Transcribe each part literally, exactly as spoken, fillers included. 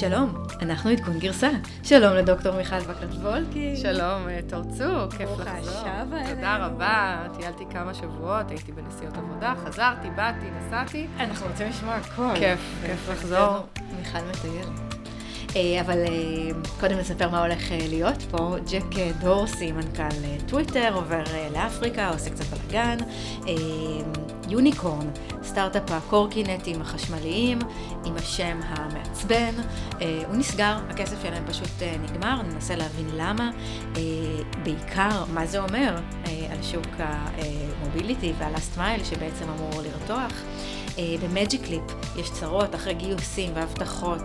שלום, אנחנו עדכון גרסה. שלום לדוקטור מיכל וקרת וולקי. שלום, תורצו, כיף לחזור. השבה אלינו. תודה רבה, טיילתי כמה שבועות, הייתי בנסיעות עבודה, חזרתי, באתי, נסעתי. אנחנו רוצים לשמוע הכל. כיף, כיף לחזור. מיכל מטייל. אבל קודם נספר מה הולך להיות פה. ג'ק דורסי, מנכ"ל טוויטר, עובר לאפריקה, עושה קצת בלגן. יוניקורן, סטארט-אפ הקורקינטים החשמליים, עם השם המעצבן, הוא נסגר, הכסף שלהם פשוט נגמר, ננסה להבין למה, בעיקר מה זה אומר על שוק המוביליטי והלאסט מייל שבעצם אמור לרתוח. במג'יקליפ יש צרות אחרי גיוסים והבטחות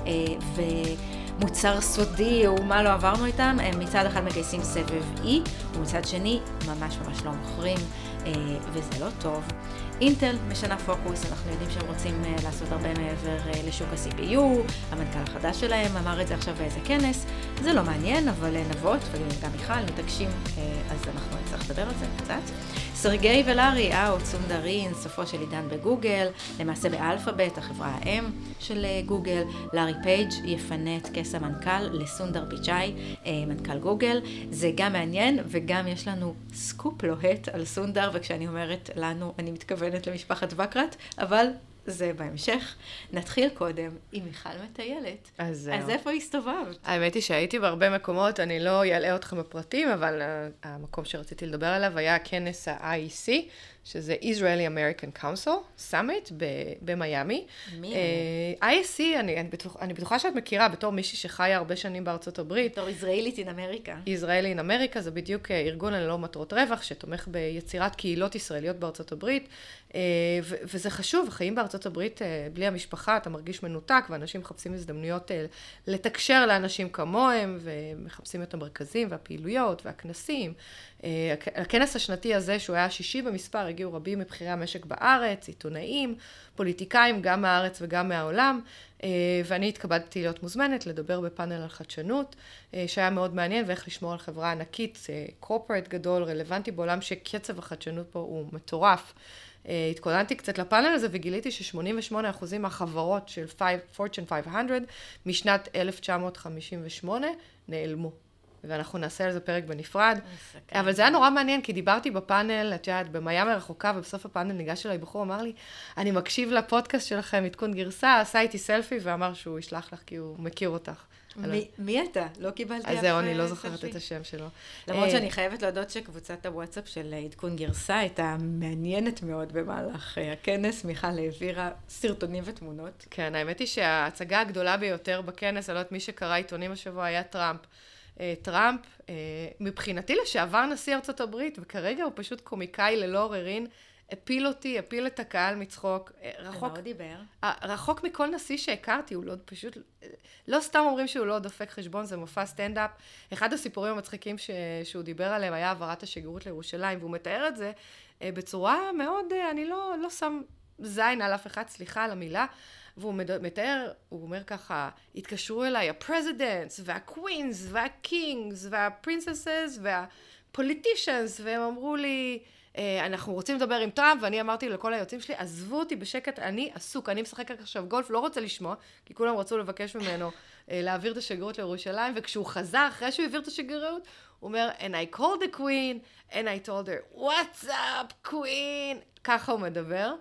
ומוצר סודי ומה לא עברנו איתם, הם מצד אחד מגייסים סבב E ומצד שני ממש ממש לא מוכרים וזה לא טוב. אינטל משנה פוקוס, אנחנו יודעים שהם רוצים לעשות הרבה מעבר לשוק ה-סי פי יו, המנכ"ל החדש שלהם אמר את זה עכשיו באיזה כנס, זה לא מעניין, אבל נבות וגם מיכל מתעקשים, אז אנחנו נצטרך לדבר על זה קצת. סרגי ולארי אאוט, סונדרין, סופו של עידן בגוגל, למעשה באלפאבית, החברה האם של גוגל. לארי פייג' יפנה את כס המנכ"ל לסונדר פיצ'אי, מנכ"ל גוגל. זה גם מעניין וגם יש לנו סקופ לוהט על סונדר, וכשאני אומרת לנו אני מתכוונת למשפחת וקרת, אבל זה בהמשך. נתחיל קודם עם מיכל מטיילת. אז, אז איפה הסתובבת? האמת היא שהייתי בהרבה מקומות, אני לא אעלה אתכם בפרטים, אבל המקום שרציתי לדבר עליו היה כנס ה-איי אי סי, שזה Israeli American Council Summit במיימי. מי? איי אי סי, אני, אני, בטוח, אני בטוחה שאת מכירה בתור מישהי שחיה הרבה שנים בארצות הברית. בתור ישראלית אין אמריקה. Israeli in America, זה בדיוק ארגון ללא מטרות רווח, שתומך ביצירת קהילות ישראליות בארצות הברית, ו- וזה חשוב, החיים בארצות הברית, בלי המשפחה, אתה מרגיש מנותק, ואנשים מחפשים הזדמנויות לתקשר לאנשים כמוהם, ומחפשים את המרכזים והפעילויות והכנסים. הכנס השנתי הזה, שהוא היה שישי במספר, הגיעו רבים מבחירי המשק בארץ, עיתונאים, פוליטיקאים, גם מהארץ וגם מהעולם, ואני התכבדתי להיות מוזמנת לדבר בפאנל על חדשנות, שהיה מאוד מעניין, ואיך לשמור על חברה ענקית, קורפורט גדול, רלוונטי בעולם שקצב החדשנות פה הוא מטורף. התכוננתי קצת לפאנל הזה וגיליתי ש-שמונים ושמונה אחוז מהחברות של Fortune חמש מאות משנת אלף תשע מאות חמישים ושמונה נעלמו. ואנחנו נעשה על זה פרק בנפרד. אבל זה היה נורא מעניין, כי דיברתי בפאנל, את יודעת, במיימי רחוקה, ובסוף הפאנל ניגש אליי בחור, אמר לי, אני מקשיב לפודקאסט שלכם, עדכון גרסה, עשה איתי סלפי, ואמר שהוא ישלח לך, כי הוא מכיר אותך. מי אתה? לא קיבלתי אף סלפי. אז זהו, אני לא זוכרת את השם שלו. למרות שאני חייבת להודות שקבוצת הוואטסאפ של עדכון גרסה הייתה מעניינת מאוד במהלך הכנס. מיכל העבירה סרטונים ותמונות. כן, האמת היא שההצגה הגדולה ביותר בכנס, אני לא יודעת מי שקרא עיתונים השבוע, היה טראמפ. טראמפ, מבחינתי לשעבר נשיא ארצות הברית, וכרגע הוא פשוט קומיקאי ללא עוררין, הפיל אותי, הפיל את הקהל מצחוק. רחוק, דיבר. רחוק מכל נשיא שהכרתי, הוא לא פשוט, לא סתם אומרים שהוא לא דופק חשבון, זה מופע סטנדאפ. אחד הסיפורים המצחיקים ש, שהוא דיבר עליהם היה העברת השגרירות לירושלים, והוא מתאר את זה בצורה מאוד, אני לא, לא שם זין על אף אחד, סליחה על המילה, והוא מתאר, הוא אומר ככה, התקשרו אליי הפרזידנטס והקווינס והקינגס והפרינססס והפוליטישנס, והם אמרו לי, אנחנו רוצים לדבר עם טראמפ, ואני אמרתי לכל היוצאים שלי, עזבו אותי בשקט, אני עסוק, אני משחק עכשיו גולף, לא רוצה לשמוע, כי כולם רצו לבקש ממנו להעביר את השגרירות לירושלים, וכשהוא חזר אחרי שהוא העביר את השגרירות, הוא אומר, and I called the queen, and I told her, what's up, queen? ככה הוא מדבר.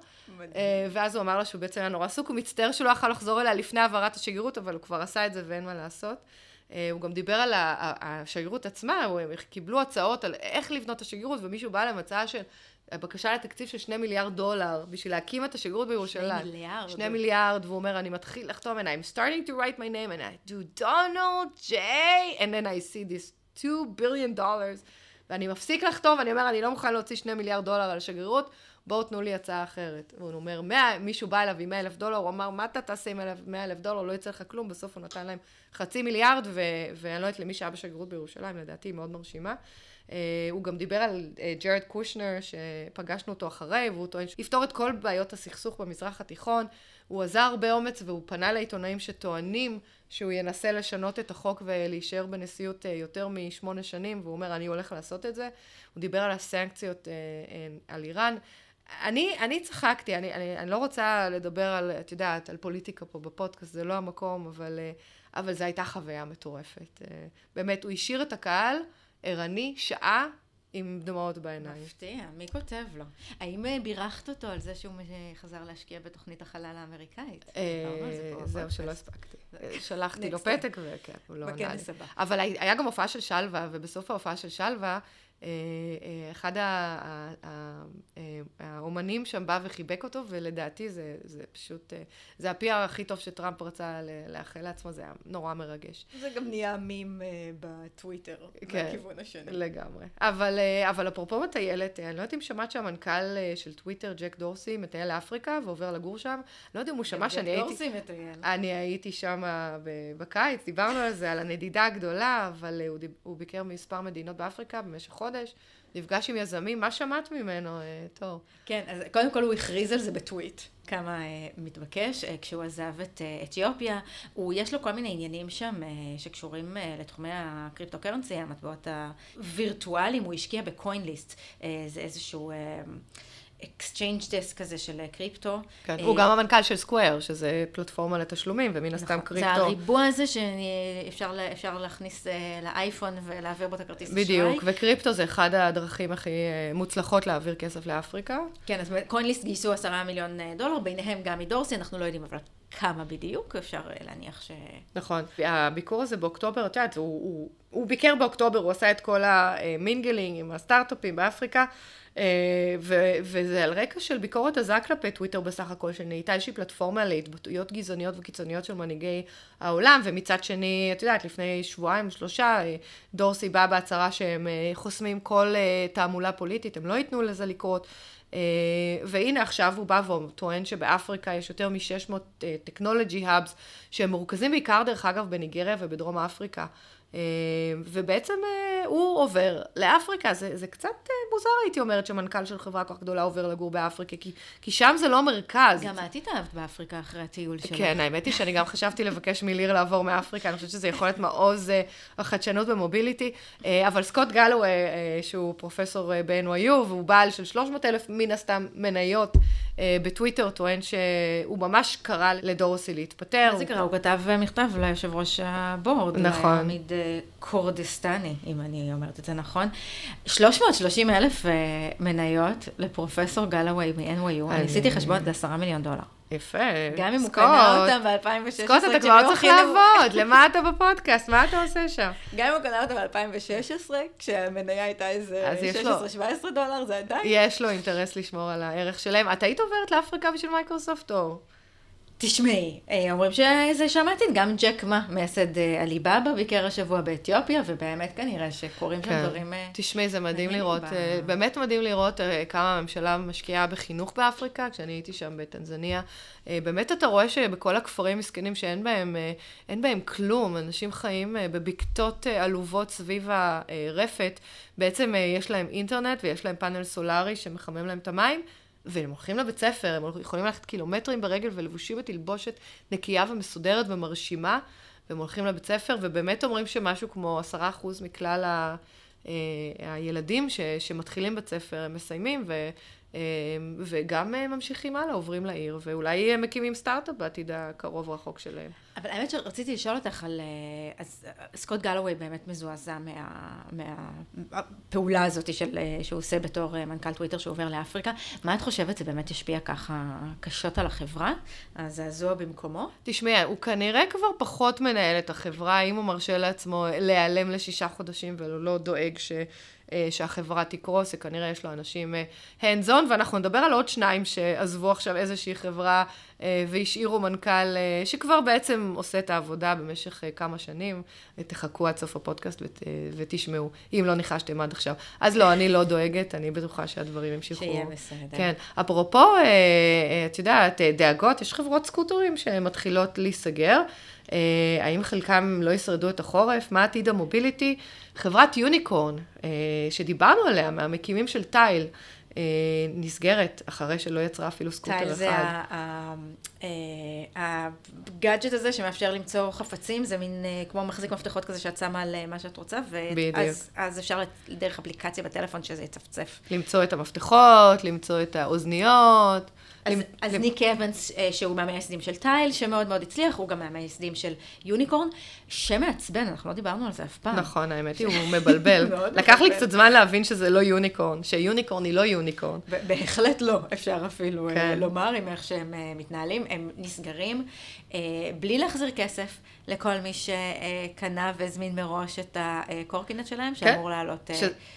ואז הוא אמר לה שהוא בעצם היה נורא עסוק, הוא מצטער שהוא לא יכול לחזור אליה לפני העברת השגרירות, אבל הוא כבר עשה את זה ואין מה לעשות. הוא גם דיבר על השגרירות עצמה, הם קיבלו הצעות על איך לבנות את השגרירות, ומישהו בא להם הצעה של בקשה לתקציב של שני מיליארד דולר, בשביל להקים את השגרירות בירושלים. שני מיליארד. שני מיליארד, והוא אומר, אני מתחיל לחתום, and I'm starting to write my name, and I do Donald J, and then I see this two billion dollars, ואני מפסיק לחתום, ואני אומר, אני לא מוכן להוציא שני מיליארד דולר על השגרירות, בואו תנו לי הצעה אחרת. הוא אומר, מישהו בא אליו עם מאה אלף דולר, הוא אמר, מה אתה תעשה עם מאה אלף דולר, לא יצא לך כלום, בסוף הוא נתן להם חצי מיליארד, ו- ואני לא יודעת למי שהיה בשגרירות בירושלים, לדעתי היא מאוד מרשימה. Uh, הוא גם דיבר על uh, ג'רד קושנר, שפגשנו אותו אחרי, והוא טוען שיפתור את כל בעיות הסכסוך במזרח התיכון. הוא עזר הרבה אומץ, והוא פנה לעיתונאים שטוענים שהוא ינסה לשנות את החוק ולהישאר בנשיאות uh, יותר משמונה שנים, והוא אומר, אני הולך לעשות את זה. הוא דיבר על הסנקציות uh, uh, על איראן. אני, אני צחקתי, אני, אני, אני לא רוצה לדבר על, את יודעת, על פוליטיקה פה בפודקאסט, זה לא המקום, אבל, אבל זו הייתה חוויה מטורפת. באמת, הוא השאיר את הקהל ערני, שעה, עם דמעות בעיניים. מפתיע, מי כותב לו? האם בירכת אותו על זה שהוא חזר להשקיע בתוכנית החלל האמריקאית? זהו, שלא הספקתי. שלחתי לו פתק וכן, הוא לא ענה לי. בכנס הבא. אבל היה גם הופעה של שלווה, ובסוף ההופעה של שלווה, אחד האומנים שם בא וחיבק אותו, ולדעתי זה, זה פשוט, זה הפי הכי טוב שטראמפ רצה לאחל לעצמו, זה היה נורא מרגש. זה גם נהיה מים בטוויטר, בכיוון השני. לגמרי. אבל, אבל אפרופו מטיילת, אני לא יודעת אם שמעת שהמנכ"ל של טוויטר, ג'ק דורסי, מטייל לאפריקה ועובר לגור שם. לא יודע אם הוא שמע שאני הייתי... ג'ק דורסי מטייל. אני הייתי שם בקיץ, דיברנו על זה, על הנדידה הגדולה, אבל הוא, הוא ביקר מספר מדינות באפריקה במשך חודש, נפגש עם יזמים, מה שמעת ממנו, תור? כן, אז קודם כל הוא הכריז על זה בטוויט, כמה uh, מתבקש, uh, כשהוא עזב את uh, אתיופיה, הוא, יש לו כל מיני עניינים שם uh, שקשורים uh, לתחומי הקריפטו-קרנסי, המטבעות הווירטואליים, הוא השקיע בקוינליסט, uh, זה איזשהו... Uh, אקסצ'יינג' דסק כזה של קריפטו. כן, הוא גם המנכ"ל של סקוואר, שזה פלטפורמה לתשלומים, ומן הסתם קריפטו. זה הריבוע הזה שאפשר להכניס לאייפון ולהעביר בו את הכרטיס אשראי. בדיוק, וקריפטו זה אחד הדרכים הכי מוצלחות להעביר כסף לאפריקה. כן, אז קוינליסט גייסו עשרה מיליון דולר, ביניהם גם מדורסי, אנחנו לא יודעים אבל כמה בדיוק, אפשר להניח ש... נכון, הביקור הזה באוקטובר, את יודעת, הוא ביקר באוקטובר, הוא עשה את כל המינגלינג עם הסטארט-אפים באפריקה, וזה על רקע של ביקורת עזה כלפי טוויטר בסך הכל, שנהייתה איזושהי פלטפורמה להתבטאויות גזעניות וקיצוניות של מנהיגי העולם, ומצד שני, את יודעת, לפני שבועיים, שלושה, דורסי בא בהצהרה שהם חוסמים כל תעמולה פוליטית, הם לא ייתנו לזה לקרות, והנה עכשיו הוא בא וטוען שבאפריקה יש יותר מ-שש מאות טכנולוגי האבס, שהם מורכזים בעיקר דרך אגב בניגריה ובדרום אפריקה, ובעצם הוא עובר לאפריקה, זה, זה קצת מוזר הייתי אומרת שמנכ"ל של חברה כל כך גדולה עובר לגור באפריקה, כי, כי שם זה לא מרכז. גם את התאהבת באפריקה אחרי הטיול שלך. כן, האמת היא שאני גם חשבתי לבקש מליר לעבור מאפריקה, אני חושבת שזה יכול להיות מעוז החדשנות במוביליטי, אבל סקוט גלווי, שהוא פרופסור ב-אן וואי יו, והוא בעל של שלוש מאות אלף מן הסתם מניות בטוויטר, טוען שהוא ממש קרא לדורסי להתפטר. מה זה קרא? הוא כתב מכתב ליושב ראש הבורד. נכון. להעמיד קורדיסטני, אם אני אומרת את זה נכון. שלוש מאות ושלושים אלף מניות לפרופסור גלווי מ-אן וואי יו. אני עשיתי חשבון, זה עשרה מיליון דולר. יפה. גם אם הוא קנה אותם ב-אלפיים ושש עשרה. סקוט, אתה כבר צריך לעבוד. למה אתה בפודקאסט? מה אתה עושה שם? גם אם הוא קנה אותם ב-אלפיים ושש עשרה, כשהמניה הייתה איזה שש עשרה שבע עשרה דולר, זה עדיין. יש לו אינטרס לשמור על הערך שלהם. את היית עוברת לאפריקה בשביל מייקרוסופט או? תשמעי, אומרים שזה שמעתי, גם ג'ק מה, מייסד עליבאבא ביקר השבוע באתיופיה, ובאמת כנראה שקורים שם דברים... תשמעי, זה מדהים לראות, באמת מדהים לראות כמה הממשלה משקיעה בחינוך באפריקה, כשאני הייתי שם בטנזניה, באמת אתה רואה שבכל הכפרים מסכנים שאין בהם, אין בהם כלום, אנשים חיים בבקתות עלובות סביב הרפת, בעצם יש להם אינטרנט ויש להם פאנל סולארי שמחמם להם את המים, והם הולכים לבית ספר, הם יכולים ללכת קילומטרים ברגל ולבושים בתלבושת נקייה ומסודרת ומרשימה, והם הולכים לבית ספר, ובאמת אומרים שמשהו כמו עשרה אחוז מכלל ה, אה, הילדים ש, שמתחילים בית ספר, הם מסיימים, ו, אה, וגם אה, ממשיכים הלאה, עוברים לעיר, ואולי הם מקימים סטארט-אפ בעתיד הקרוב רחוק שלהם. אבל האמת שרציתי לשאול אותך על... אז סקוט גלווי באמת מזועזע מה, מהפעולה הזאת של, שהוא עושה בתור מנכ"ל טוויטר שעובר לאפריקה. מה את חושבת? זה באמת ישפיע ככה קשות על החברה? הזעזוע במקומו? תשמעי, הוא כנראה כבר פחות מנהל את החברה, אם הוא מרשה לעצמו להיעלם לשישה חודשים ולא לא דואג ש... שהחברה תקרוס, כנראה יש לו אנשים hands on, ואנחנו נדבר על עוד שניים שעזבו עכשיו איזושהי חברה והשאירו מנכ"ל שכבר בעצם עושה את העבודה במשך כמה שנים. תחכו עד סוף הפודקאסט ות, ותשמעו, אם לא ניחשתם עד עכשיו. אז לא, אני לא דואגת, אני בטוחה שהדברים ימשיכו. שיהיה בסדר. כן. אפרופו, את יודעת, דאגות, יש חברות סקוטרים שמתחילות להיסגר. האם חלקם לא ישרדו את החורף? מה עתיד המוביליטי? חברת יוניקורן, שדיברנו עליה, מהמקימים של טייל, נסגרת, אחרי שלא יצרה אפילו סקוטר אחד. טייל זה הגאדג'ט הזה שמאפשר למצוא חפצים, זה מין כמו מחזיק מפתחות כזה שאת שמה על מה שאת רוצה, ואז אפשר דרך אפליקציה בטלפון שזה יצפצף. למצוא את המפתחות, למצוא את האוזניות. אז ניק אבנס, שהוא מהמייסדים של טייל, שמאוד מאוד הצליח, הוא גם מהמייסדים של יוניקורן, שמעצבן, אנחנו לא דיברנו על זה אף פעם. נכון, האמת היא, הוא מבלבל. לקח לי קצת זמן להבין שזה לא יוניקורן, שיוניקורן היא לא יוניקורן. בהחלט לא, אפשר אפילו לומר, עם איך שהם מתנהלים, הם נסגרים, בלי להחזיר כסף לכל מי שקנה והזמין מראש את הקורקינט שלהם, שאמור לעלות...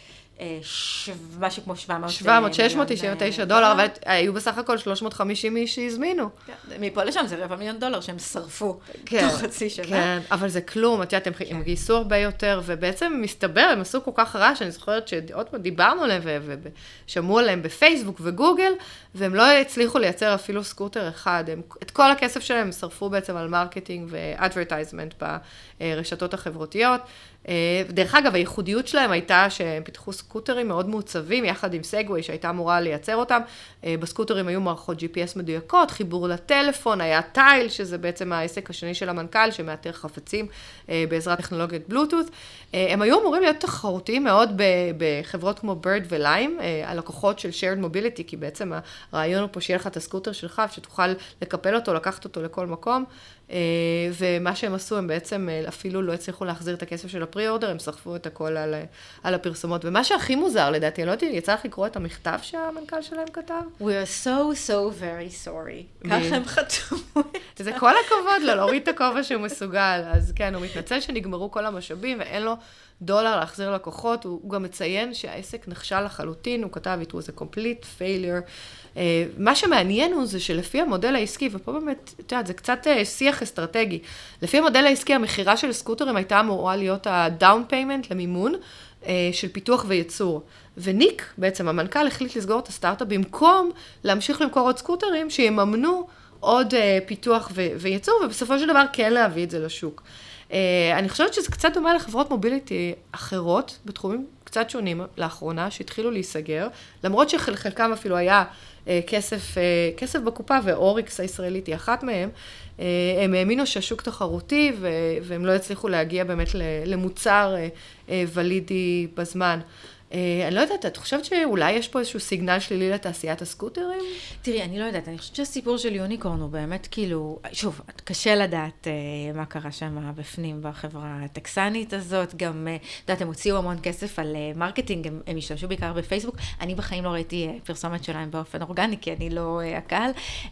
משהו כמו שבע מאות, שש מאות תשעים ותשע דולר, אבל היו בסך הכל שלוש מאות וחמישים איש שהזמינו. מפה לשם זה רבע מיליון דולר שהם שרפו תוך חצי שנה. כן, אבל זה כלום, את יודעת, הם גייסו הרבה יותר, ובעצם מסתבר, הם עשו כל כך רע, שאני זוכרת שעוד פעם דיברנו עליהם, ושמעו עליהם בפייסבוק וגוגל, והם לא הצליחו לייצר אפילו סקוטר אחד. את כל הכסף שלהם הם שרפו בעצם על מרקטינג ואדברטייזמנט ברשתות החברתיות. דרך אגב, הייחודיות שלהם הייתה שהם פיתחו סקוטרים מאוד מעוצבים, יחד עם סגווי שהייתה אמורה לייצר אותם. בסקוטרים היו מערכות ג'י פי אס מדויקות, חיבור לטלפון, היה טייל, שזה בעצם העסק השני של המנכ"ל, שמאתר חפצים בעזרת טכנולוגיית בלוטות'. הם היו אמורים להיות תחרותיים מאוד בחברות כמו בירד וליים, הלקוחות של shared mobility, כי בעצם הרעיון הוא פה שיהיה לך את הסקוטר שלך, שתוכל לקפל אותו, לקחת אותו לכל מקום. ומה שהם עשו, הם בעצם אפילו לא הצליחו להחזיר את הכסף של הפרי-אורדר, הם שרפו את הכל על, על הפרסומות. ומה שהכי מוזר, לדעתי, אני לא יודעת, יצא לך לקרוא את המכתב שהמנכ"ל שלהם כתב? We are so, so very sorry. ככה הם חתמו. זה כל הכבוד לו, להוריד את הכובע שהוא מסוגל. אז כן, הוא מתנצל שנגמרו כל המשאבים, ואין לו דולר להחזיר לקוחות. הוא, הוא גם מציין שהעסק נכשל לחלוטין, הוא כתב, it was a complete failure. Uh, מה שמעניין הוא זה שלפי המודל העסקי, ופה באמת, את יודעת, זה קצת uh, שיח אסטרטגי. לפי המודל העסקי, המחירה של סקוטרים הייתה אמורה להיות ה-down payment למימון uh, של פיתוח וייצור. וניק, בעצם המנכ"ל, החליט לסגור את הסטארט-אפ במקום להמשיך למכור עוד סקוטרים שיממנו עוד uh, פיתוח ו- וייצור, ובסופו של דבר כן להביא את זה לשוק. Uh, אני חושבת שזה קצת דומה לחברות מוביליטי אחרות, בתחומים קצת שונים לאחרונה, שהתחילו להיסגר, למרות שחלקם אפילו היה uh, כסף, uh, כסף בקופה, ואוריקס הישראלית היא אחת מהם, uh, הם האמינו שהשוק תחרותי, ו- והם לא הצליחו להגיע באמת למוצר uh, uh, ולידי בזמן. אני לא יודעת, את חושבת שאולי יש פה איזשהו סיגנל שלילי לתעשיית הסקוטרים? תראי, אני לא יודעת, אני חושבת שהסיפור של יוניקורן הוא באמת כאילו, שוב, קשה לדעת מה קרה שם בפנים בחברה הטקסנית הזאת, גם, יודעת, הם הוציאו המון כסף על מרקטינג, הם, הם השתמשו בעיקר בפייסבוק, אני בחיים לא ראיתי פרסומת שלהם באופן אורגני, כי אני לא הקהל.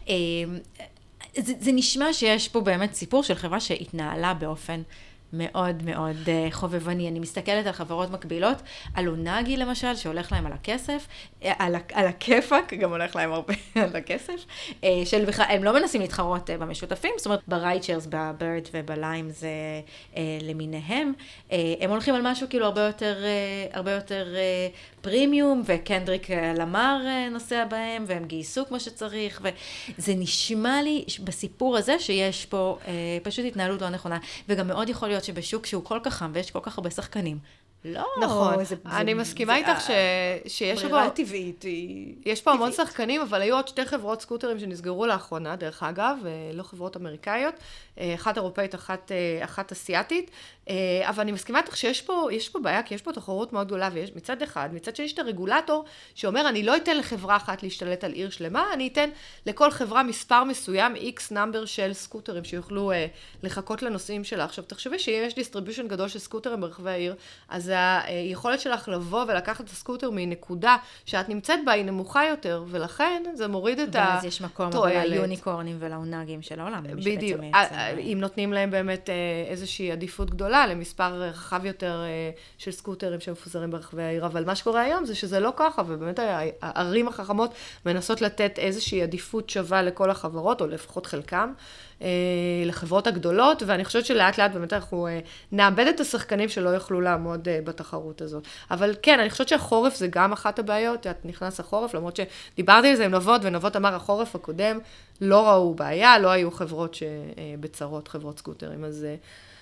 זה, זה נשמע שיש פה באמת סיפור של חברה שהתנהלה באופן מאוד מאוד חובבני. אני מסתכלת על חברות מקבילות, על אונאגי למשל, שהולך להם על הכסף, על, על הכיפק, גם הולך להם הרבה על הכסף, של בכלל, הם לא מנסים להתחרות במשותפים, זאת אומרת, ברייצ'רס, בבירד ובליים זה למיניהם, הם הולכים על משהו כאילו הרבה יותר, הרבה יותר פרימיום, וקנדריק למר נוסע בהם, והם גייסו כמו שצריך, וזה נשמע לי בסיפור הזה שיש פה פשוט התנהלות לא נכונה, וגם מאוד יכול להיות שבשוק שהוא כל כך חם, ויש כל כך הרבה שחקנים. לא, נכון. זה, אני זה, מסכימה זה, איתך ש, שיש ברירה טבעית היא... יש פה המון שחקנים, אבל היו עוד שתי חברות סקוטרים שנסגרו לאחרונה, דרך אגב, לא חברות אמריקאיות, אחת אירופאית, אחת, אחת אסיאטית, אבל אני מסכימה איתך שיש פה, יש פה בעיה, כי יש פה תחרות מאוד גדולה, ויש מצד אחד, מצד שיש את הרגולטור, שאומר, אני לא אתן לחברה אחת להשתלט על עיר שלמה, אני אתן לכל חברה מספר מסוים, X נאמבר של סקוטרים, שיוכלו לחכות לנושאים שלה. עכשיו, תחשבי שאם יש דיסטריביושן גדול של סקוטרים ברחבי העיר, אז היכולת שלך לבוא ולקחת את הסקוטר מנקודה שאת נמצאת בה היא נמוכה יותר, ולכן זה מוריד את התועלת. ואז יש מקום ליוניקורנים ולאונאגים של העולם. בדיוק. אם נותנים להם באמת איזושהי עדיפות גדולה למספר רחב יותר של סקוטרים שמפוזרים ברחבי העיר, אבל מה שקורה היום זה שזה לא ככה, ובאמת הערים החכמות מנסות לתת איזושהי עדיפות שווה לכל החברות, או לפחות חלקם, לחברות הגדולות, ואני חושבת שלאט לאט באמת אנחנו נאבד את השחקנים שלא יוכלו לעמוד בתחרות הזאת. אבל כן, אני חושבת שהחורף זה גם אחת הבעיות, את נכנס החורף, למרות שדיברתי על זה עם נבות, ונבות אמר, החורף הקודם לא ראו בעיה, לא היו חברות שבצרות, חברות סקוטרים, אז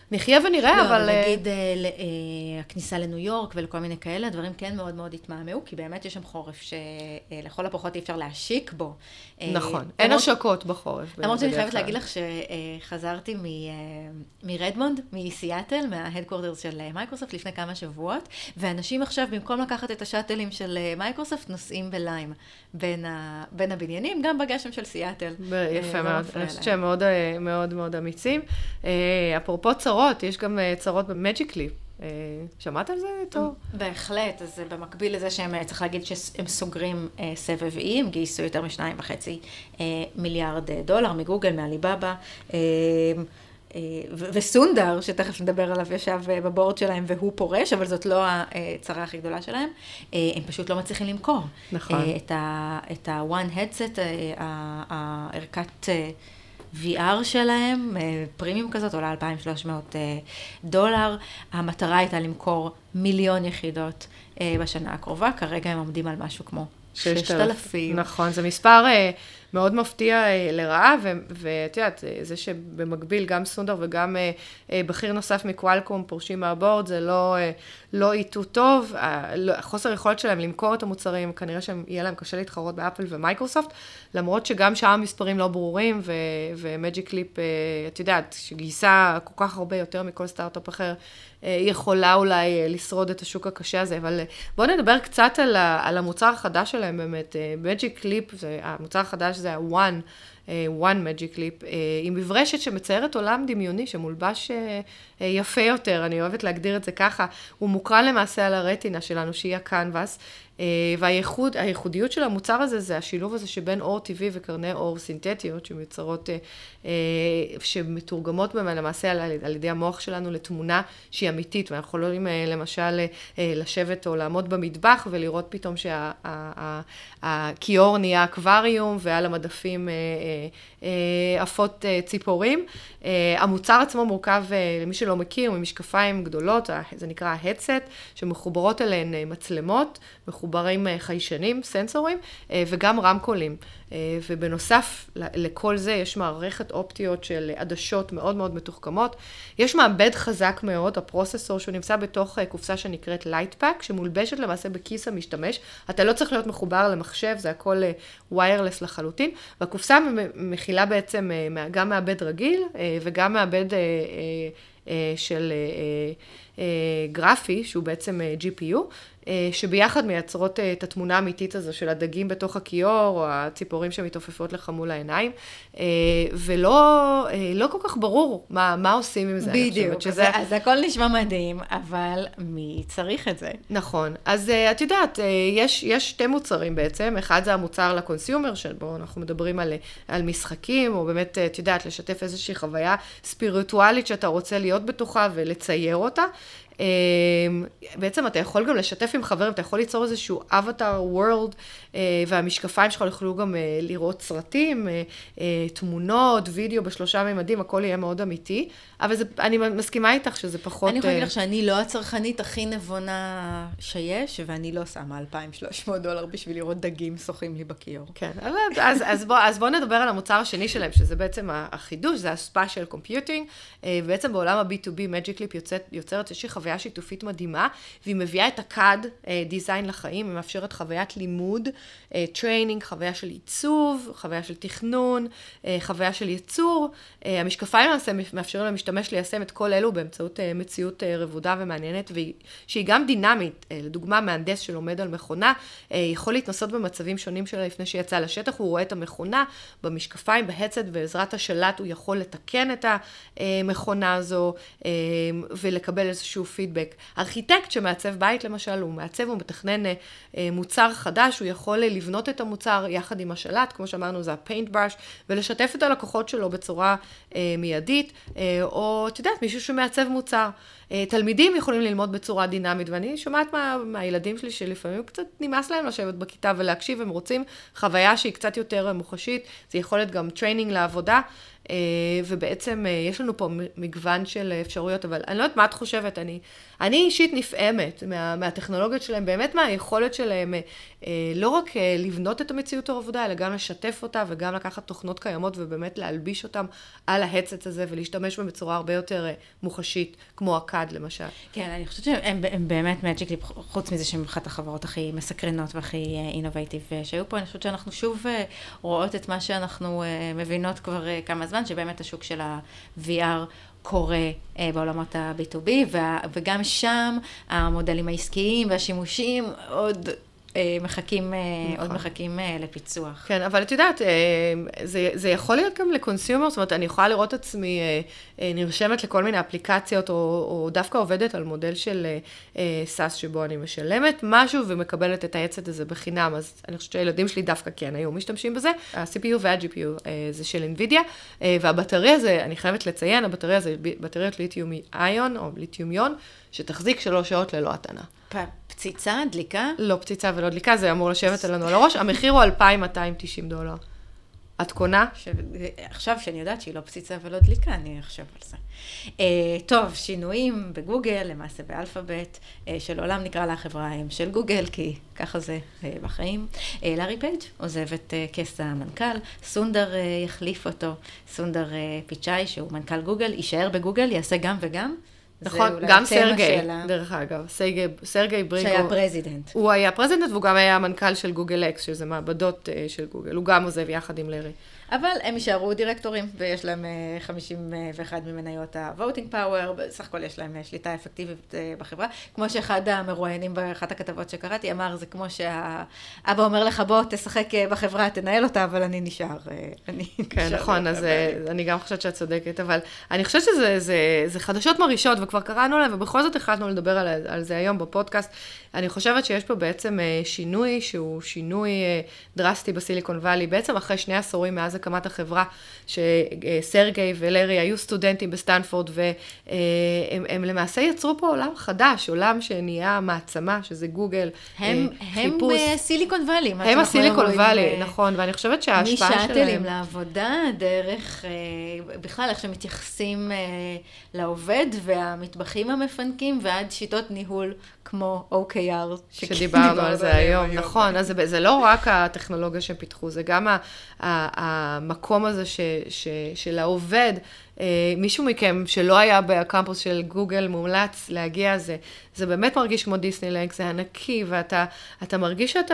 נחיה ונראה, לא, אבל... אבל נגיד, הכניסה לניו יורק ולכל מיני כאלה, דברים כן מאוד מאוד התמהמהו, כי באמת יש שם חורף שלכל הפחות אי אפשר להשיק בו. נכון, אין השקות בחורף. למרות שאני חייבת להגיד לך שחזרתי מרדמונד, מסיאטל, מההדקוורטרס של מייקרוסופט לפני כמה שבועות, ואנשים עכשיו, במקום לקחת את השאטלים של מייקרוסופט, נוסעים בליים בין הבניינים, גם בגשם של סיאטל. יפה מאוד, אני חושבת שהם מאוד מאוד אמיצים. אפרופו צרות, יש גם צרות במג'יק ליפ. שמעת על זה טוב? בהחלט, אז במקביל לזה שהם, צריך להגיד שהם סוגרים סבב E, הם גייסו יותר משניים וחצי מיליארד דולר מגוגל, מאליבאבא, וסונדר, שתכף נדבר עליו, ישב בבורד שלהם והוא פורש, אבל זאת לא הצרה הכי גדולה שלהם, הם פשוט לא מצליחים למכור. נכון. את ה-One Headset, הערכת וי אר שלהם, פרימיום כזאת, עולה אלפיים ושלוש מאות דולר. המטרה הייתה למכור מיליון יחידות בשנה הקרובה, כרגע הם עומדים על משהו כמו ששת אלפים. נכון, זה מספר מאוד מפתיע לרעה, ואת יודעת, זה שבמקביל גם סונדר וגם בכיר נוסף מקוואלקום פורשים מהבורד, זה לא, לא איתו טוב, החוסר יכולת שלהם למכור את המוצרים, כנראה שיהיה להם קשה להתחרות באפל ומייקרוסופט, למרות שגם שם המספרים לא ברורים, ומג'יק ליפ, את יודעת, שגייסה כל כך הרבה יותר מכל סטארט-אפ אחר, היא יכולה אולי לשרוד את השוק הקשה הזה, אבל בואו נדבר קצת על, על המוצר החדש שלהם באמת. Magic Leap, זה, המוצר החדש זה ה-One, One Magic Leap, עם מברשת שמציירת עולם דמיוני, שמולבש יפה יותר, אני אוהבת להגדיר את זה ככה, הוא מוקרן למעשה על הרטינה שלנו, שהיא הקנבס, והייחודיות של המוצר הזה, זה השילוב הזה שבין אור טבעי וקרני אור סינתטיות, שמיוצרות, שמתורגמות במה למעשה על, על ידי המוח שלנו לתמונה שהיא אמיתית, ואנחנו יכולים למשל לשבת או לעמוד במטבח ולראות פתאום שהכיור נהיה אקווריום, ועל המדפים עפות ציפורים. המוצר עצמו מורכב, למי שלא מכיר, ממשקפיים גדולות, זה נקרא ההדסט, שמחוברות אליהן מצלמות, מחוברים חיישנים, סנסורים, וגם רמקולים. ובנוסף לכל זה יש מערכת אופטיות של עדשות מאוד מאוד מתוחכמות. יש מעבד חזק מאוד, הפרוססור, שהוא נמצא בתוך קופסה שנקראת לייטפאק, שמולבשת למעשה בכיס המשתמש. אתה לא צריך להיות מחובר למחשב, זה הכל ויירלס לחלוטין. והקופסה מכילה בעצם גם מעבד רגיל וגם מעבד של גרפי, שהוא בעצם ג'י פי יו, שביחד מייצרות את התמונה האמיתית הזו של הדגים בתוך הכיור, או הציפורים שמתעופפות לך מול העיניים, ולא לא כל כך ברור מה, מה עושים עם זה. בדיוק, שזה... אז הכל נשמע מדהים, אבל מי צריך את זה? נכון, אז את יודעת, יש, יש שתי מוצרים בעצם, אחד זה המוצר לקונסיומר, שבו אנחנו מדברים על, על משחקים, או באמת, את יודעת, לשתף איזושהי חוויה ספיריטואלית שאתה רוצה להיות בתוכה ולצייר אותה, בעצם אתה יכול גם לשתף עם חברים, אתה יכול ליצור איזשהו אבטר וורלד, והמשקפיים שלך יוכלו גם לראות סרטים, תמונות, וידאו בשלושה ממדים, הכל יהיה מאוד אמיתי, אבל זה, אני מסכימה איתך שזה פחות... אני יכולה להגיד לך שאני לא הצרכנית הכי נבונה שיש, ואני לא שמה אלפיים ושלוש מאות דולר בשביל לראות דגים שוחים לי בכיור. כן, אז, אז, בוא, אז בואו נדבר על המוצר השני שלהם, שזה בעצם החידוש, זה ה-Spatial Computing, ובעצם בעולם ה-בי טו בי, Magic Leap יוצאת, יוצרת איזושהי חוויה שיתופית מדהימה, והיא מביאה את ה-קאד, דיזיין לחיים, היא מאפשרת חוויית לימוד, טריינינג, חוויה של עיצוב, חוויה של תכנון, חוויה של ייצור. המשקפיים מאפשרים למשתמש ליישם את כל אלו באמצעות מציאות רבודה ומעניינת, שהיא גם דינמית. לדוגמה, מהנדס שלומד על מכונה, יכול להתנסות במצבים שונים שלה לפני שיצא לשטח, הוא רואה את המכונה במשקפיים, בהדסט, ובעזרת השלט הוא יכול לתקן את המכונה הזו, ולקבל איזשהו פידבק. ארכיטקט שמעצב בית למשל, הוא מעצב, הוא מתכנן מוצר חדש, הוא יכול לבנות את המוצר יחד עם השלט, כמו שאמרנו, זה ה-paint brush, ולשתף את הלקוחות שלו בצורה מיידית, או, את יודעת, מישהו שמעצב מוצר. תלמידים יכולים ללמוד בצורה דינמית, ואני שומעת מה, מהילדים שלי שלפעמים קצת נמאס להם לשבת בכיתה ולהקשיב, הם רוצים חוויה שהיא קצת יותר מוחשית, זה יכול להיות גם טריינינג לעבודה, ובעצם יש לנו פה מגוון של אפשרויות, אבל אני לא יודעת מה את חושבת, אני, אני אישית נפעמת מה, מהטכנולוגיות שלהם, באמת מהיכולת שלהם לא רק לבנות את המציאות העבודה, אלא גם לשתף אותה וגם לקחת תוכנות קיימות ובאמת להלביש אותם על ההצץ הזה ולהשתמש בהם בצורה הרבה יותר מוחשית, כמו הקד למשל. כן, אני חושבת שהם הם באמת מג'יק ליפ, חוץ מזה שהם אחת החברות הכי מסקרנות והכי אינובייטיב שהיו פה, אני חושבת שאנחנו שוב רואות את מה שאנחנו מבינות כבר כמה זמן, שבאמת השוק של ה-וי אר קורה בעולמות ה-בי טו בי, וגם שם המודלים העסקיים והשימושים עוד מחכים, נכון. עוד מחכים לפיצוח. כן, אבל את יודעת, זה, זה יכול להיות גם לקונסיומר, זאת אומרת, אני יכולה לראות עצמי נרשמת לכל מיני אפליקציות, או, או דווקא עובדת על מודל של סאס שבו אני משלמת משהו ומקבלת את העצת הזה בחינם, אז אני חושבת שהילדים שלי דווקא כן היו משתמשים בזה. ה-סי פי יו וה-ג'י פי יו זה של NVIDIA, והבטריה זה, אני חייבת לציין, הבטריה זה בטריות ליתיום איון, או ליתיום יון, שתחזיק שלוש שעות ללא התנה. פציצה, דליקה? לא פציצה ולא דליקה, זה אמור לשבת עלינו על הראש. המחיר הוא אלפיים מאתיים ותשעים דולר. את קונה? עכשיו שאני יודעת שהיא לא פציצה ולא דליקה, אני אחשב על זה. טוב, שינויים בגוגל, למעשה באלפאבית, של עולם נקרא לה חברה האם של גוגל, כי ככה זה בחיים. לארי פייג' עוזב את כס המנכ"ל, סונדר יחליף אותו, סונדר פיצ'אי, שהוא מנכ"ל גוגל, יישאר בגוגל, יעשה גם וגם. נכון, גם סרגי, דרך אגב, סרגי בריגו. שהיה פרזידנט. הוא היה פרזידנט, והוא גם היה המנכ"ל של גוגל אקס, שזה מעבדות של גוגל. הוא גם עוזב יחד עם לארי. אבל הם יישארו דירקטורים, ויש להם חמישים ואחת ממניות ה-voting power, בסך הכל יש להם שליטה אפקטיבית בחברה. כמו שאחד המרואיינים באחת הכתבות שקראתי, אמר, זה כמו שהאבא אומר לך, בוא תשחק בחברה, תנהל אותה, אבל אני נשאר. כן, נכון, אז אני גם חושבת שאת צודקת, אבל אני חושבת שזה חדשות מרעישות, וכבר קראנו להם, ובכל זאת החלטנו לדבר על זה היום בפודקאסט. אני חושבת שיש פה בעצם שינוי, שהוא שינוי דרסטי בסיליקון ואלי, בעצם אחרי שני עשורים מאז הקמת החברה, שסרגי ולארי היו סטודנטים בסטנפורד, והם הם למעשה יצרו פה עולם חדש, עולם שנהיה מעצמה, שזה גוגל, הם, חיפוש. הם בסיליקון ואלי. הם הסיליקון ואלי, נכון, ואני חושבת שההשפעה שלהם... משאטלים לעבודה, דרך, בכלל איך שמתייחסים לעובד, והמטבחים המפנקים, ועד שיטות ניהול כמו או קיי אר. שדיברנו על זה היום, נכון, אז זה, זה לא רק הטכנולוגיה שפיתחו, זה גם ה, ה, המקום הזה ש, ש, של העובד, מישהו מכם שלא היה בקמפוס של גוגל מומלץ להגיע, זה, זה באמת מרגיש כמו דיסנילנד, זה ענקי, ואתה אתה מרגיש שאתה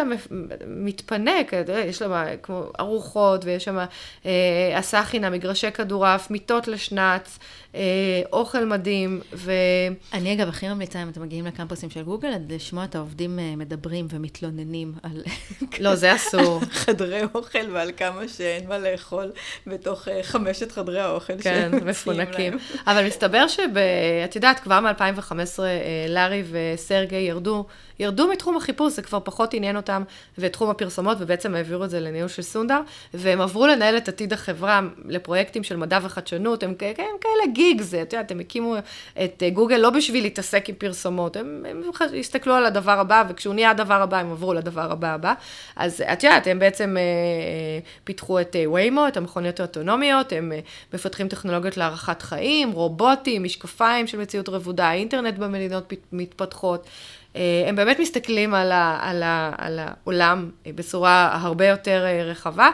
מתפנק, יש שם כמו ארוחות, ויש שם אסחינה, מגרשי כדורף, מיטות לשנץ, אוכל מדהים, ו... אני אגב הכי ממליצה, אם אתם מגיעים לקמפוסים של גוגל, לשמוע את העובדים מדברים ומתלוננים על... לא, זה אסור. חדרי אוכל ועל כמה שאין מה לאכול בתוך חמשת חדרי האוכל כן, מפונקים. אבל מסתבר שאת יודעת, כבר מ-אלפיים וחמש עשרה לארי וסרגי ירדו, ירדו מתחום החיפוש, זה כבר פחות עניין אותם, ותחום הפרסומות, ובעצם העבירו את זה לניהול של סונדר, והם עברו לנהל את עתיד החברה לפרויקטים של מדע וחדשנות, הם כאלה גיגס, את יודעת, הם הקימו את גוגל לא בשביל להתעסק עם פרסומות, הם, הם הסתכלו על הדבר הבא, וכשהוא נהיה הדבר הבא, הם עברו לדבר הבא הבא. אז את יודעת, הם בעצם פיתחו את ויימו, את המכוניות האוטונומיות, הם מפתחים טכנולוגיות להערכת חיים, רובוטים, משקפיים של מציאות רבודה, אינטרנט במדינות מתפתחות. הם באמת מסתכלים על, ה, על, ה, על העולם בצורה הרבה יותר רחבה,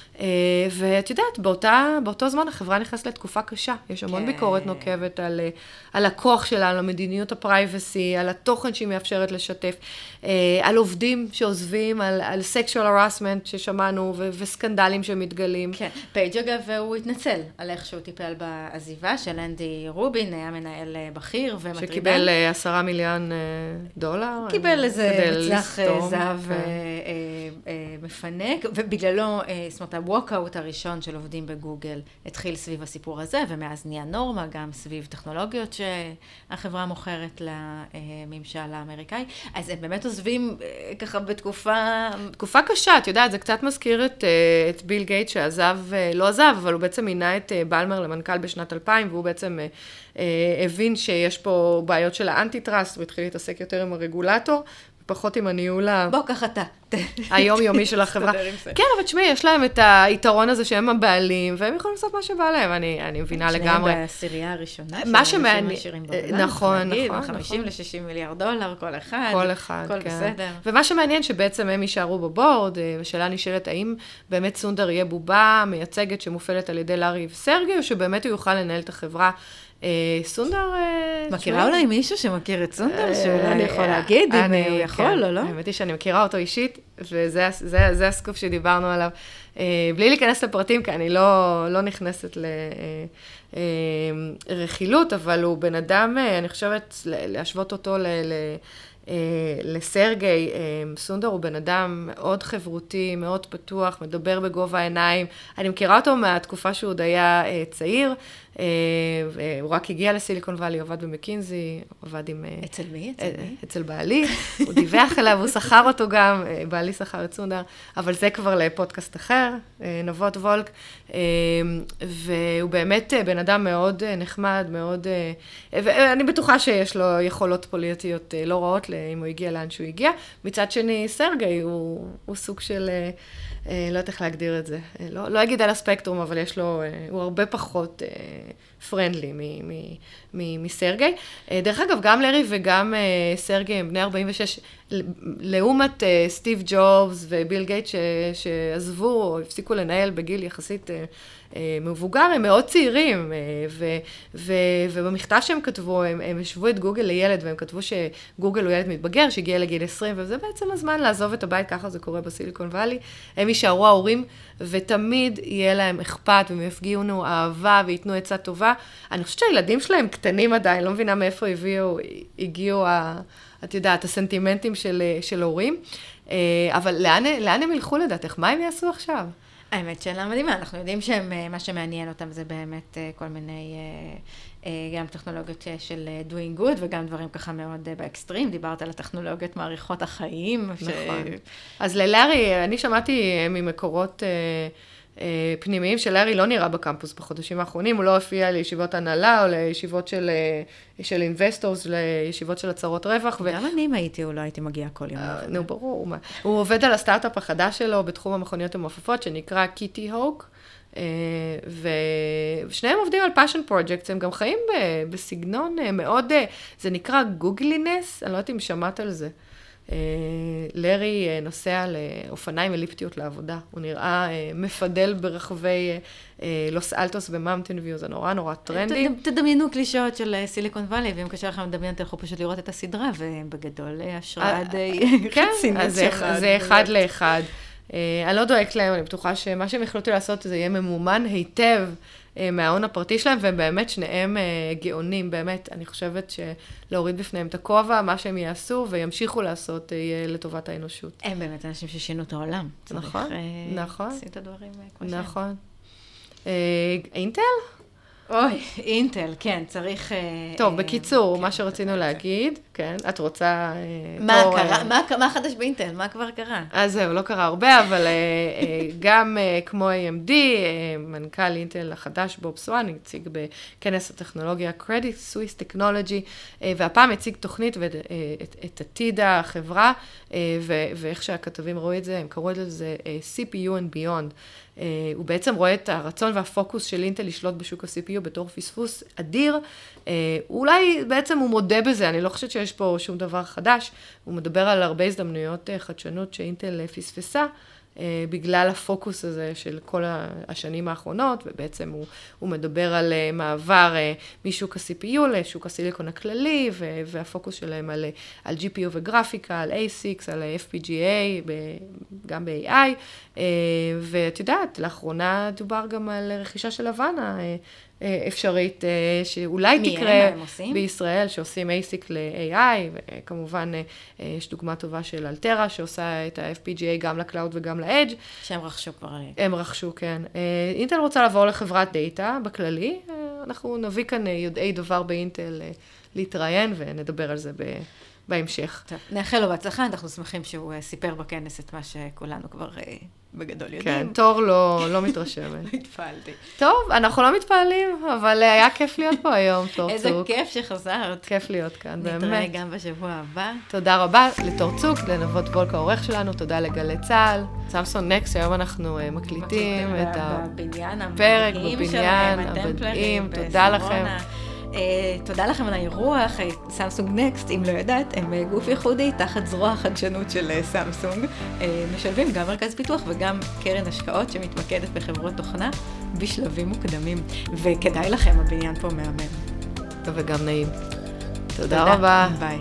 ואת יודעת, באותה, באותו זמן החברה נכנסת לתקופה קשה. יש המון כן. ביקורת נוקבת על, על הכוח שלה, על המדיניות הפרייבסי, על התוכן שהיא מאפשרת לשתף, על עובדים שעוזבים, על, על sexual harassment ששמענו, ו- וסקנדלים שמתגלים. כן, פייג' אגב, הוא התנצל על איך שהוא טיפל בעזיבה של אנדי רובין, היה מנהל בכיר ומטרידן. שקיבל עשרה מיליון דולר. קיבל איזה מצלח זהב כן. מפנק, ובגללו, זאת אומרת, הווקאוט הראשון של עובדים בגוגל התחיל סביב הסיפור הזה, ומאז נהיה נורמה גם סביב טכנולוגיות שהחברה מוכרת לממשל האמריקאי. אז הם באמת עוזבים ככה בתקופה... תקופה קשה, את יודעת, זה קצת מזכיר את, את ביל גייט שעזב, לא עזב, אבל הוא בעצם מינה את בלמר למנכ"ל בשנת אלפיים, והוא בעצם הבין שיש פה בעיות של האנטי-טראסט, והתחיל להתעסק יותר עם הרגולטור, פחות עם הניהול בוא, קח אתה. היומיומי של החברה. כן, אבל תשמעי, יש להם את היתרון הזה שהם הבעלים, והם יכולים לעשות מה שבא להם, אני, אני מבינה לגמרי. שניהם בעשירייה הראשונה, מה שמעניין, נכון, נכון, חמישים ל-שישים מיליארד דולר, כל אחד. כל אחד, כל כן. בסדר. ומה שמעניין שבעצם הם יישארו בבורד, ושאלה נשאלת, האם באמת סונדר יהיה בובה, מייצגת שמופעלת על ידי לארי וסרגי, או שבאמת הוא יוכל לנהל את החברה. סונדר... מכירה אולי מישהו שמכיר את סונדר, שאולי יכול להגיד אם הוא יכול או לא? האמת היא שאני מכירה אותו אישית, וזה הסקופ שדיברנו עליו. בלי להיכנס לפרטים, כי אני לא נכנסת לרכילות, אבל הוא בן אדם, אני חושבת, להשוות אותו לסרגי. סונדר הוא בן אדם מאוד חברותי, מאוד פתוח, מדבר בגובה העיניים. אני מכירה אותו מהתקופה שהוא עוד היה צעיר, הוא רק הגיע לסיליקון ואלי, עבד במקינזי, עבד עם... אצל מי? אצל מי? אצל בעלי, הוא דיווח אליו, הוא שכר אותו גם, בעלי שכר את סונדר, אבל זה כבר לפודקאסט אחר, נבות וולק, והוא באמת בן אדם מאוד נחמד, מאוד... ואני בטוחה שיש לו יכולות פוליטיות לא רעות, אם הוא הגיע לאן שהוא הגיע. מצד שני, סרגי הוא, הוא סוג של... לא יודעת איך להגדיר את זה. לא, לא אגיד על הספקטרום, אבל יש לו, הוא הרבה פחות פרנדלי מסרגי. דרך אגב, גם לארי וגם סרגי הם בני ארבעים ושש, לעומת סטיב ג'ובס וביל גייט שעזבו או הפסיקו לנהל בגיל יחסית מבוגר, הם מאוד צעירים, ו- ו- ובמכתב שהם כתבו, הם, הם השוו את גוגל לילד, והם כתבו שגוגל הוא ילד מתבגר, שהגיע לגיל עשרים, וזה בעצם הזמן לעזוב את הבית, ככה זה קורה בסיליקון ואלי. הם יישארו ההורים, ותמיד יהיה להם אכפת, והם יפגיעו אהבה, ויתנו עצה טובה. אני חושבת שהילדים שלהם קטנים עדיין, לא מבינה מאיפה הביאו, הגיעו, ה, את יודעת, הסנטימנטים של, של הורים. אבל לאן, לאן הם ילכו לדעתך? מה הם יעשו עכשיו? האמת שאלה מדהימה, אנחנו יודעים שמה שמעניין אותם זה באמת כל מיני, גם טכנולוגיות של doing good, וגם דברים ככה מאוד באקסטרים, דיברת על הטכנולוגיות מעריכות החיים. נכון. אז ללארי, אני שמעתי ממקורות פנימיים שלארי לא נראה בקמפוס בחודשים האחרונים, הוא לא הופיע לישיבות הנהלה או לישיבות של, של אינבסטורס, לישיבות של הצהרות רווח. גם ו... אני אם הייתי, הוא לא הייתי מגיע כל יום. נו, ברור. הוא עובד על הסטארט-אפ החדש שלו בתחום המכוניות המעופפות, שנקרא קיטי הוק, ושניהם עובדים על פאשן פרויקט, הם גם חיים בסגנון מאוד, זה נקרא גוגלינס, אני לא יודעת אם שמעת על זה. לארי נוסע לאופניים אליפטיות לעבודה, הוא נראה מפדל ברחבי לוס אלטוס ומאונטן ויו, זה נורא נורא טרנדי. תדמיינו קלישאות של סיליקון ואלי, ואם קשה לכם לדמיין, תלכו פשוט לראות את הסדרה, ובגדול השראה די רצינית. אז זה אחד לאחד. אני לא דואגת להם, אני בטוחה שמה שהם החליטו לעשות זה יהיה ממומן היטב מההון הפרטי שלהם, והם באמת שניהם גאונים, באמת, אני חושבת שלהוריד בפניהם את הכובע, מה שהם יעשו וימשיכו לעשות יהיה לטובת האנושות. הם באמת אנשים ששינו את העולם. נכון, נכון. עשית את הדברים כמו שהם. נכון. אינטל? אוי, אינטל, כן, צריך... טוב, בקיצור, מה שרצינו להגיד, כן, את רוצה... מה קרה? מה חדש באינטל? מה כבר קרה? אז זהו, לא קרה הרבה, אבל גם כמו איי אם די, מנכ"ל אינטל החדש, בוב סואן, הציג בכנס הטכנולוגיה Credit Suisse Technology, והפעם הציג תוכנית ואת עתיד החברה, ואיך שהכתבים ראו את זה, הם קראו את זה סי פי יו and Beyond. Uh, הוא בעצם רואה את הרצון והפוקוס של אינטל לשלוט בשוק ה-סי פי יו בתור פספוס אדיר. Uh, אולי בעצם הוא מודה בזה, אני לא חושבת שיש פה שום דבר חדש. הוא מדבר על הרבה הזדמנויות uh, חדשנות שאינטל uh, פספסה, uh, בגלל הפוקוס הזה של כל השנים האחרונות, ובעצם הוא, הוא מדבר על uh, מעבר uh, משוק ה-סי פי יו לשוק הסיליקון הכללי, ו- והפוקוס שלהם על, על ג'י פי יו וגרפיקה, על איי סיקס, על אף פי ג'י איי, ב- גם ב-איי איי, uh, ואת יודעת, לאחרונה דובר גם על רכישה של הוואנה אפשרית, שאולי תקרה בישראל, שעושים אייסיק ל-איי איי, וכמובן יש דוגמה טובה של אלטרה, שעושה את ה-אף פי ג'י איי גם לקלאוד וגם לאדג'. שהם רכשו כבר. הם רכשו, כן. אינטל רוצה לעבור לחברת דאטה בכללי, אנחנו נביא כאן יודעי דבר באינטל להתראיין, ונדבר על זה בהמשך. טוב, נאחל לו בהצלחה, אנחנו שמחים שהוא סיפר בכנס את מה שכולנו כבר בגדול יודעים. כן, תור לא, לא מתרשמת. התפעלתי. טוב, אנחנו לא מתפעלים, אבל היה כיף להיות פה היום, תור צוק. איזה כיף שחזרת. כיף להיות כאן, באמת. נתראה גם בשבוע הבא. תודה רבה לתור צוק, לנבות וולק העורך שלנו, תודה לגלי צהל. סמסונג נקסט, היום אנחנו מקליטים את הפרק בבניין המדהים, תודה לכם. Uh, תודה לכם על האירוח, סמסונג נקסט, אם לא יודעת, הם גוף ייחודי תחת זרוע החדשנות של סמסונג, uh, משלבים גם מרכז פיתוח וגם קרן השקעות שמתמקדת בחברות תוכנה בשלבים מוקדמים, וכדאי לכם, הבניין פה מהמם. וגם נעים. תודה, תודה רבה. ביי.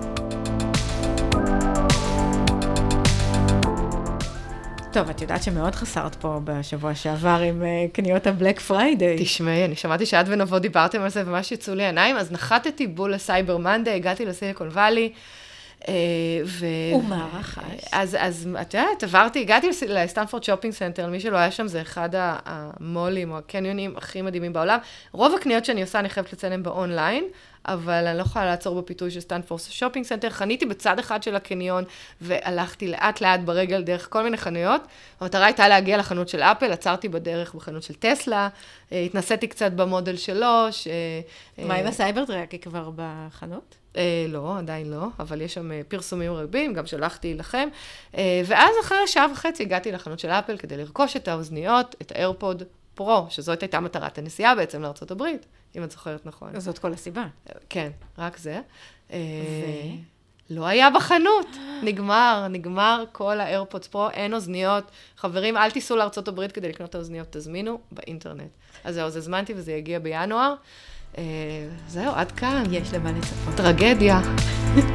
טוב, את יודעת שמאוד חסרת פה בשבוע שעבר עם uh, קניות הבלק פריידיי. תשמעי, אני שמעתי שאת ונבות דיברתם על זה ומש יצאו לי עיניים, אז נחתתי בול לסייבר מנדי, הגעתי לסיליקון ואלי. ו... ומה רכש? אז, אז את יודעת, עברתי, הגעתי לסטנפורד שופינג סנטר, מי שלא היה שם זה אחד המולים או הקניונים הכי מדהימים בעולם. רוב הקניות שאני עושה אני חייבת לציין באונליין, אבל אני לא יכולה לעצור בפיתוי של סטנפורד שופינג סנטר. חניתי בצד אחד של הקניון, והלכתי לאט לאט ברגל דרך כל מיני חנויות. המטרה הייתה להגיע לחנות של אפל, עצרתי בדרך בחנות של טסלה, התנסיתי קצת במודל שלוש. מה עם הסייבר טראק? היא כבר בחנות? לא, עדיין לא, אבל יש שם פרסומים רבים, גם שלחתי לכם. ואז אחרי שעה וחצי הגעתי לחנות של אפל כדי לרכוש את האוזניות, את האיירפוד פרו, שזאת הייתה מטרת הנסיעה בעצם לארצות הברית. אם את זוכרת נכון. זאת כל הסיבה. כן, רק זה. לא היה בחנות. נגמר, נגמר כל האיירפודס פרו, אין אוזניות. חברים, אל תיסעו לארצות הברית כדי לקנות את האוזניות, תזמינו באינטרנט. אז זהו, אז הזמנתי וזה יגיע בינואר. זהו, עד כאן. יש למה לצפות. טרגדיה.